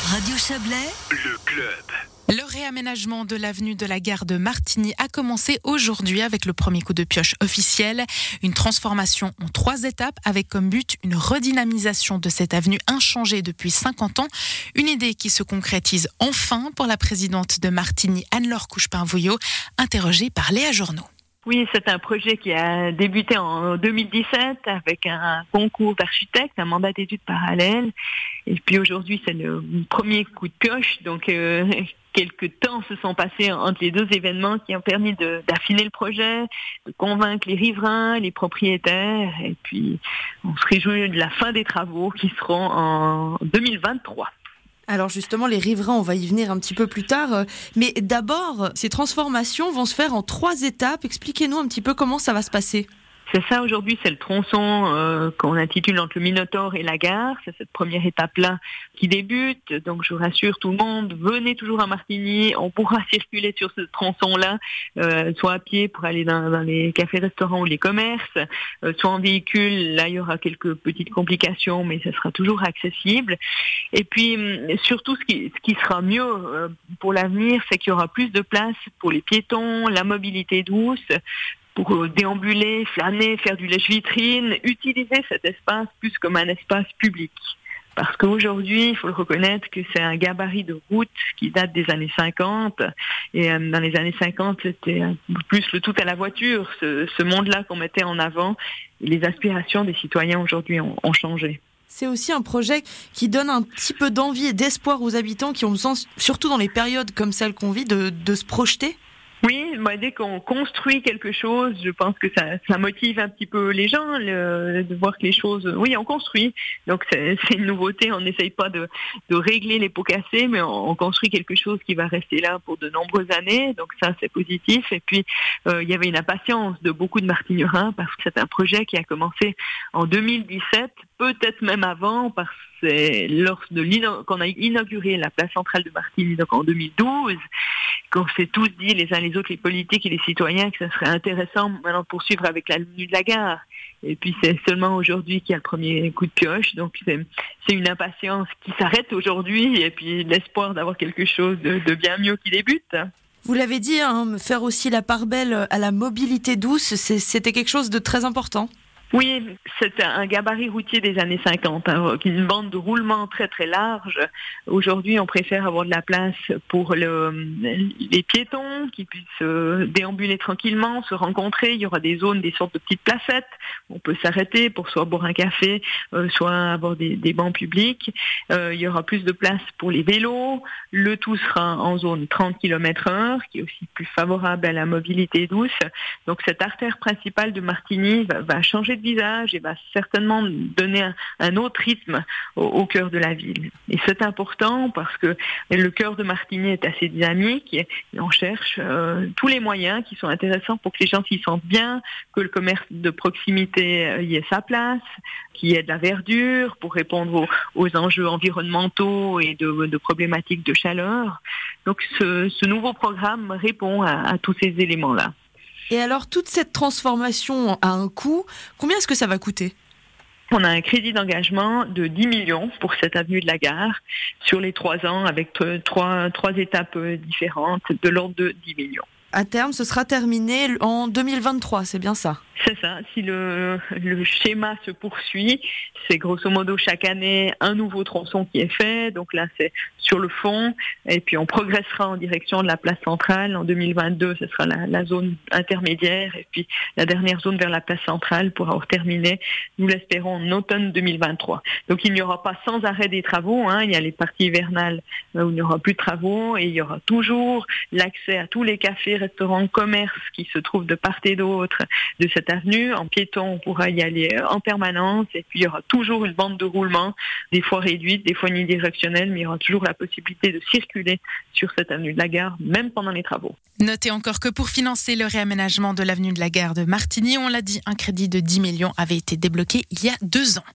Radio Chablais, le club. Le réaménagement de l'avenue de la Gare de Martigny a commencé aujourd'hui avec le premier coup de pioche officiel. Une transformation en 3 étapes avec comme but une redynamisation de cette avenue inchangée depuis 50 ans. Une idée qui se concrétise enfin pour la présidente de Martigny, Anne-Laure Couchepin-Vouillot, interrogée par Léa Journeau. Oui, c'est un projet qui a débuté en 2017 avec un concours d'architectes, un mandat d'études parallèle. Et puis aujourd'hui, c'est le premier coup de pioche. Donc, quelques temps se sont passés entre les deux événements qui ont permis d'affiner le projet, de convaincre les riverains, les propriétaires. Et puis, on se réjouit de la fin des travaux qui seront en 2023. Alors justement, les riverains, on va y venir un petit peu plus tard. Mais d'abord, ces transformations vont se faire en 3 étapes. Expliquez-nous un petit peu comment ça va se passer. C'est ça, aujourd'hui, c'est le tronçon qu'on intitule entre le Minotaure et la gare. C'est cette première étape-là qui débute. Donc, je vous rassure tout le monde, venez toujours à Martigny. On pourra circuler sur ce tronçon-là, soit à pied pour aller dans les cafés-restaurants ou les commerces, soit en véhicule. Là, il y aura quelques petites complications, mais ce sera toujours accessible. Et puis, surtout, ce qui sera mieux pour l'avenir, c'est qu'il y aura plus de place pour les piétons, la mobilité douce, pour déambuler, flâner, faire du lèche-vitrine, utiliser cet espace plus comme un espace public. Parce qu'aujourd'hui, il faut le reconnaître que c'est un gabarit de route qui date des années 50. Et dans les années 50, c'était plus le tout à la voiture, ce monde-là qu'on mettait en avant. Et les aspirations des citoyens aujourd'hui ont changé. C'est aussi un projet qui donne un petit peu d'envie et d'espoir aux habitants qui ont besoin, surtout dans les périodes comme celle qu'on vit, de se projeter. Oui, dès qu'on construit quelque chose, je pense que ça motive un petit peu les gens de voir que les choses... Oui, on construit, donc c'est une nouveauté. On n'essaye pas de régler les pots cassés, mais on construit quelque chose qui va rester là pour de nombreuses années. Donc ça, c'est positif. Et puis, il y avait une impatience de beaucoup de Martignerins parce que c'est un projet qui a commencé en 2017, peut-être même avant, parce que c'est lors qu'on a inauguré la place centrale de Martigny, donc en 2012, qu'on s'est tous dit les uns les autres, les politiques et les citoyens, que ça serait intéressant maintenant de poursuivre avec l'avenue de la gare. Et puis c'est seulement aujourd'hui qu'il y a le premier coup de pioche, donc c'est une impatience qui s'arrête aujourd'hui, et puis l'espoir d'avoir quelque chose de bien mieux qui débute. Vous l'avez dit, faire aussi la part belle à la mobilité douce, c'était quelque chose de très important. Oui, c'est un gabarit routier des années 50, une bande de roulement très très large. Aujourd'hui, on préfère avoir de la place pour les piétons qui puissent déambuler tranquillement, se rencontrer. Il y aura des zones, des sortes de petites placettes. On peut s'arrêter pour soit boire un café, soit avoir des bancs publics. Il y aura plus de place pour les vélos. Le tout sera en zone 30 km/h, qui est aussi plus favorable à la mobilité douce. Donc cette artère principale de Martigny va changer de visage et va certainement donner un autre rythme au cœur de la ville. Et c'est important parce que le cœur de Martigny est assez dynamique et on cherche tous les moyens qui sont intéressants pour que les gens s'y sentent bien, que le commerce de proximité y ait sa place, qu'il y ait de la verdure pour répondre aux enjeux environnementaux et de problématiques de chaleur. Donc ce nouveau programme répond à tous ces éléments-là. Et alors, toute cette transformation a un coût. Combien est-ce que ça va coûter ? On a un crédit d'engagement de 10 millions pour cette avenue de la gare sur les 3 ans avec 3 étapes différentes de l'ordre de 10 millions. À terme, ce sera terminé en 2023, c'est bien ça ? C'est ça, si le schéma se poursuit, c'est grosso modo chaque année un nouveau tronçon qui est fait, donc là c'est sur le fond, et puis on progressera en direction de la place centrale. En 2022, ce sera la zone intermédiaire, et puis la dernière zone vers la place centrale pour avoir terminé, nous l'espérons, en automne 2023. Donc il n'y aura pas sans arrêt des travaux, il y a les parties hivernales où il n'y aura plus de travaux, et il y aura toujours l'accès à tous les cafés, restaurants, commerces qui se trouvent de part et d'autre de cette avenue. En piéton, on pourra y aller en permanence, et puis il y aura toujours une bande de roulement, des fois réduite, des fois unidirectionnelle, mais il y aura toujours la possibilité de circuler sur cette avenue de la gare, même pendant les travaux. Notez encore que pour financer le réaménagement de l'avenue de la gare de Martigny, on l'a dit, un crédit de 10 millions avait été débloqué il y a 2 ans.